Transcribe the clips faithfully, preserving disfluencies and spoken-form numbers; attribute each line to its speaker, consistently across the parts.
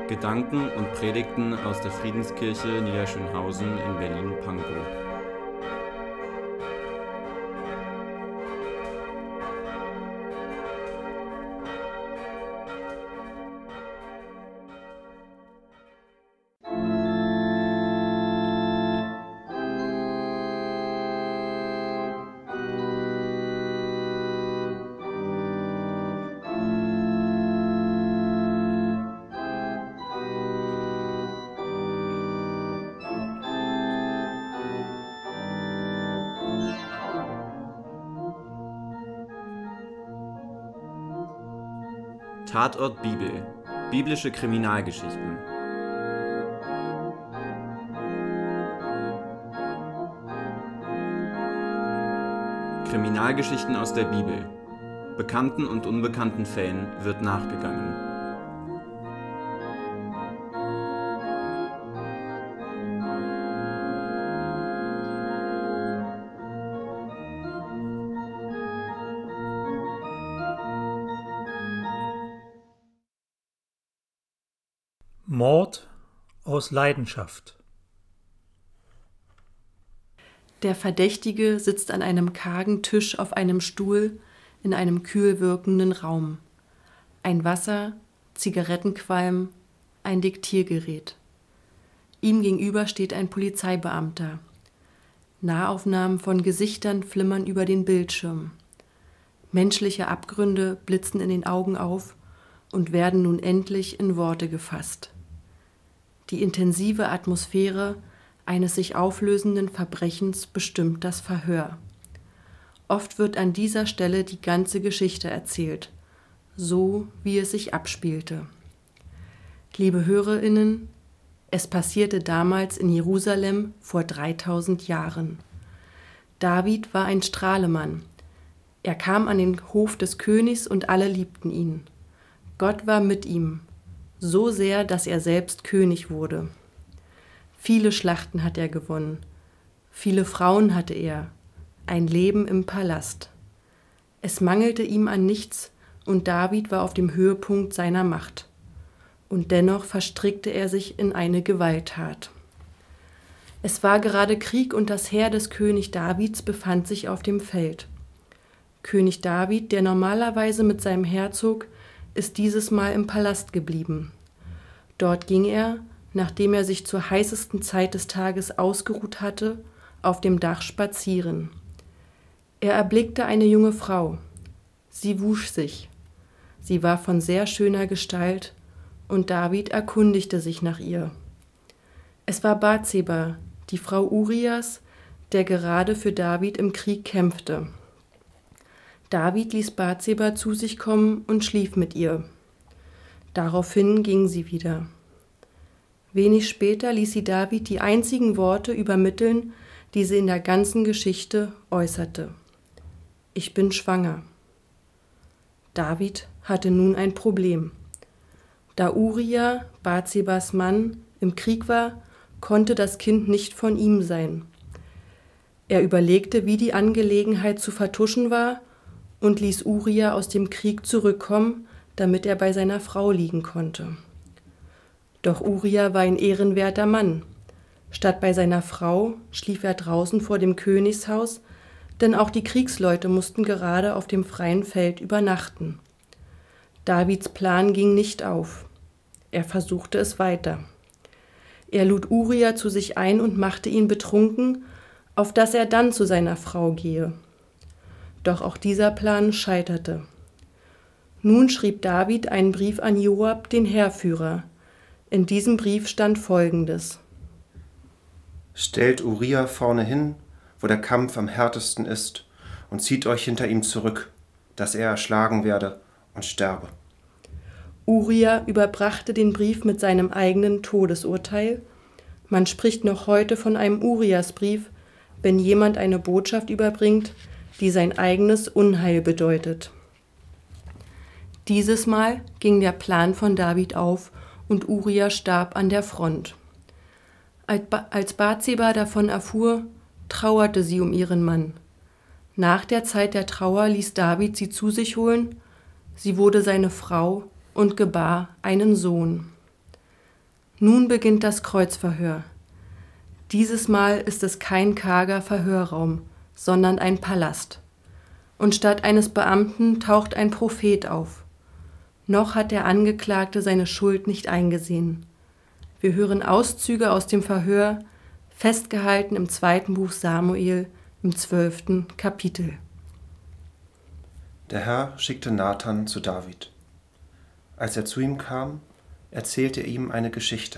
Speaker 1: Gedanken und Predigten aus der Friedenskirche Niederschönhausen in Berlin-Pankow. Tatort Bibel. Biblische Kriminalgeschichten. Kriminalgeschichten aus der Bibel. Bekannten und unbekannten Fällen wird nachgegangen.
Speaker 2: Mord aus Leidenschaft.
Speaker 3: Der Verdächtige sitzt an einem kargen Tisch auf einem Stuhl in einem kühl wirkenden Raum. Ein Wasser, Zigarettenqualm, ein Diktiergerät. Ihm gegenüber steht ein Polizeibeamter. Nahaufnahmen von Gesichtern flimmern über den Bildschirm. Menschliche Abgründe blitzen in den Augen auf und werden nun endlich in Worte gefasst. Die intensive Atmosphäre eines sich auflösenden Verbrechens bestimmt das Verhör. Oft wird an dieser Stelle die ganze Geschichte erzählt, so wie es sich abspielte. Liebe HörerInnen, es passierte damals in Jerusalem vor dreitausend Jahren. David war ein Strahlemann. Er kam an den Hof des Königs und alle liebten ihn. Gott war mit ihm, so sehr, dass er selbst König wurde. Viele Schlachten hat er gewonnen, viele Frauen hatte er, ein Leben im Palast. Es mangelte ihm an nichts und David war auf dem Höhepunkt seiner Macht. Und dennoch verstrickte er sich in eine Gewalttat. Es war gerade Krieg und das Heer des König Davids befand sich auf dem Feld. König David, der normalerweise mit seinem Herzog ist dieses Mal im Palast geblieben. Dort ging er, nachdem er sich zur heißesten Zeit des Tages ausgeruht hatte, auf dem Dach spazieren. Er erblickte eine junge Frau. Sie wusch sich. Sie war von sehr schöner Gestalt und David erkundigte sich nach ihr. Es war Bathseba, die Frau Urias, der gerade für David im Krieg kämpfte. David ließ Bathseba zu sich kommen und schlief mit ihr. Daraufhin ging sie wieder. Wenig später ließ sie David die einzigen Worte übermitteln, die sie in der ganzen Geschichte äußerte. Ich bin schwanger. David hatte nun ein Problem. Da Uria, Bathsebas Mann, im Krieg war, konnte das Kind nicht von ihm sein. Er überlegte, wie die Angelegenheit zu vertuschen war, und ließ Uria aus dem Krieg zurückkommen, damit er bei seiner Frau liegen konnte. Doch Uria war ein ehrenwerter Mann. Statt bei seiner Frau schlief er draußen vor dem Königshaus, denn auch die Kriegsleute mussten gerade auf dem freien Feld übernachten. Davids Plan ging nicht auf. Er versuchte es weiter. Er lud Uria zu sich ein und machte ihn betrunken, auf dass er dann zu seiner Frau gehe. Doch auch dieser Plan scheiterte. Nun schrieb David einen Brief an Joab, den Heerführer. In diesem Brief stand Folgendes:
Speaker 4: Stellt Uria vorne hin, wo der Kampf am härtesten ist, und zieht euch hinter ihm zurück, dass er erschlagen werde und sterbe.
Speaker 3: Uria überbrachte den Brief mit seinem eigenen Todesurteil. Man spricht noch heute von einem Uriasbrief, wenn jemand eine Botschaft überbringt, die sein eigenes Unheil bedeutet. Dieses Mal ging der Plan von David auf und Uria starb an der Front. Als Bathseba davon erfuhr, trauerte sie um ihren Mann. Nach der Zeit der Trauer ließ David sie zu sich holen. Sie wurde seine Frau und gebar einen Sohn. Nun beginnt das Kreuzverhör. Dieses Mal ist es kein karger Verhörraum, sondern ein Palast. Und statt eines Beamten taucht ein Prophet auf. Noch hat der Angeklagte seine Schuld nicht eingesehen. Wir hören Auszüge aus dem Verhör, festgehalten im zweiten Buch Samuel, im zwölften Kapitel.
Speaker 4: Der Herr schickte Nathan zu David. Als er zu ihm kam, erzählte er ihm eine Geschichte.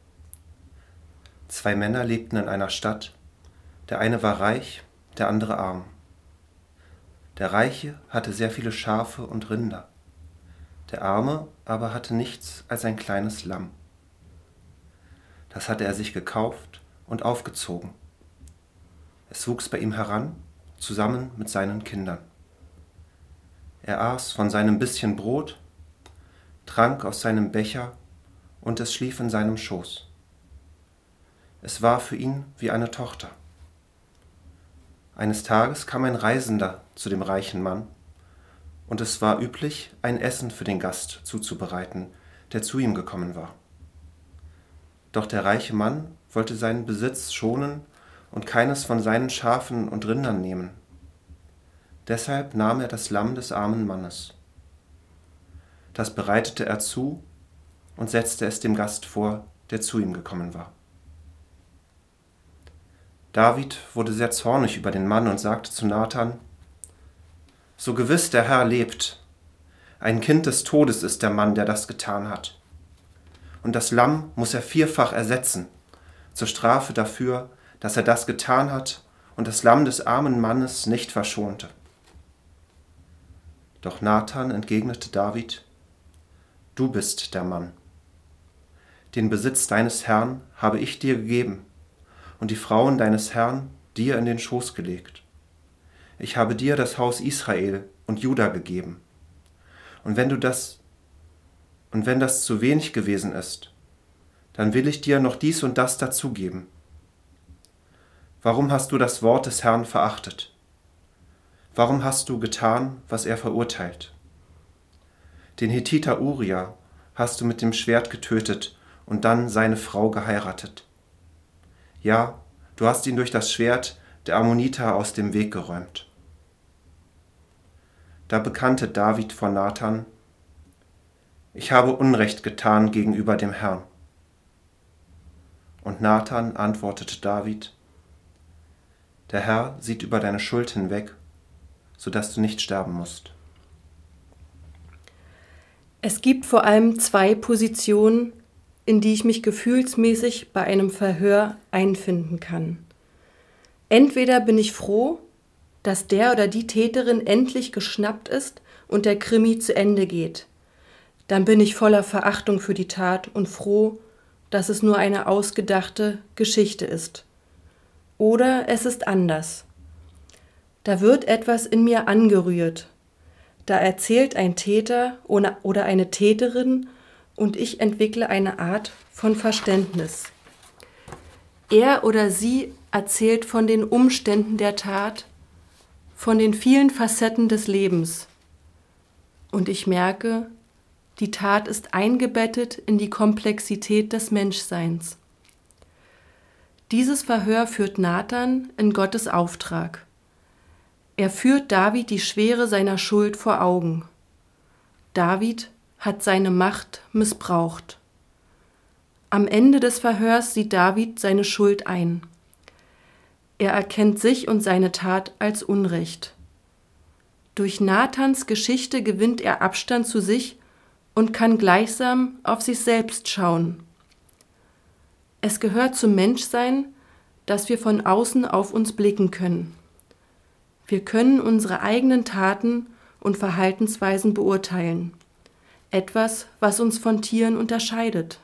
Speaker 4: Zwei Männer lebten in einer Stadt, der eine war reich, der andere arm. Der Reiche hatte sehr viele Schafe und Rinder, der Arme aber hatte nichts als ein kleines Lamm. Das hatte er sich gekauft und aufgezogen. Es wuchs bei ihm heran, zusammen mit seinen Kindern. Er aß von seinem bisschen Brot, trank aus seinem Becher und es schlief in seinem Schoß. Es war für ihn wie eine Tochter. Eines Tages kam ein Reisender zu dem reichen Mann, und es war üblich, ein Essen für den Gast zuzubereiten, der zu ihm gekommen war. Doch der reiche Mann wollte seinen Besitz schonen und keines von seinen Schafen und Rindern nehmen. Deshalb nahm er das Lamm des armen Mannes. Das bereitete er zu und setzte es dem Gast vor, der zu ihm gekommen war. David wurde sehr zornig über den Mann und sagte zu Nathan: So gewiss der Herr lebt, ein Kind des Todes ist der Mann, der das getan hat. Und das Lamm muss er vierfach ersetzen, zur Strafe dafür, dass er das getan hat und das Lamm des armen Mannes nicht verschonte. Doch Nathan entgegnete David: Du bist der Mann. Den Besitz deines Herrn habe ich dir gegeben und die Frauen deines Herrn dir in den Schoß gelegt. Ich habe dir das Haus Israel und Juda gegeben. Und wenn du das, und wenn das zu wenig gewesen ist, dann will ich dir noch dies und das dazugeben. Warum hast du das Wort des Herrn verachtet? Warum hast du getan, was er verurteilt? Den Hethiter Uria hast du mit dem Schwert getötet und dann seine Frau geheiratet. Ja, du hast ihn durch das Schwert der Ammoniter aus dem Weg geräumt. Da bekannte David vor Nathan: Ich habe Unrecht getan gegenüber dem Herrn. Und Nathan antwortete David: Der Herr sieht über deine Schuld hinweg, sodass du nicht sterben musst.
Speaker 3: Es gibt vor allem zwei Positionen, in die ich mich gefühlsmäßig bei einem Verhör einfinden kann. Entweder bin ich froh, dass der oder die Täterin endlich geschnappt ist und der Krimi zu Ende geht. Dann bin ich voller Verachtung für die Tat und froh, dass es nur eine ausgedachte Geschichte ist. Oder es ist anders. Da wird etwas in mir angerührt. Da erzählt ein Täter oder eine Täterin und ich entwickle eine Art von Verständnis. Er oder sie erzählt von den Umständen der Tat, von den vielen Facetten des Lebens. Und ich merke, die Tat ist eingebettet in die Komplexität des Menschseins. Dieses Verhör führt Nathan in Gottes Auftrag. Er führt David die Schwere seiner Schuld vor Augen. David hat seine Macht missbraucht. Am Ende des Verhörs sieht David seine Schuld ein. Er erkennt sich und seine Tat als Unrecht. Durch Nathans Geschichte gewinnt er Abstand zu sich und kann gleichsam auf sich selbst schauen. Es gehört zum Menschsein, dass wir von außen auf uns blicken können. Wir können unsere eigenen Taten und Verhaltensweisen beurteilen. Etwas, was uns von Tieren unterscheidet.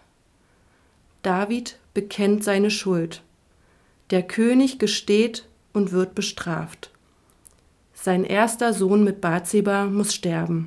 Speaker 3: David bekennt seine Schuld. Der König gesteht und wird bestraft. Sein erster Sohn mit Bathseba muss sterben.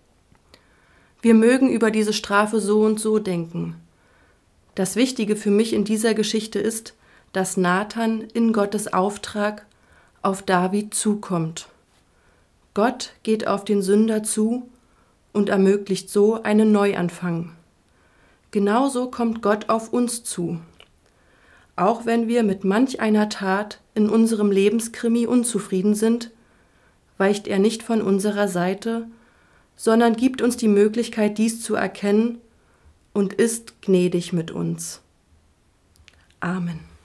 Speaker 3: Wir mögen über diese Strafe so und so denken. Das Wichtige für mich in dieser Geschichte ist, dass Nathan in Gottes Auftrag auf David zukommt. Gott geht auf den Sünder zu und ermöglicht so einen Neuanfang. Genauso kommt Gott auf uns zu. Auch wenn wir mit manch einer Tat in unserem Lebenskrimi unzufrieden sind, weicht er nicht von unserer Seite, sondern gibt uns die Möglichkeit, dies zu erkennen und ist gnädig mit uns. Amen.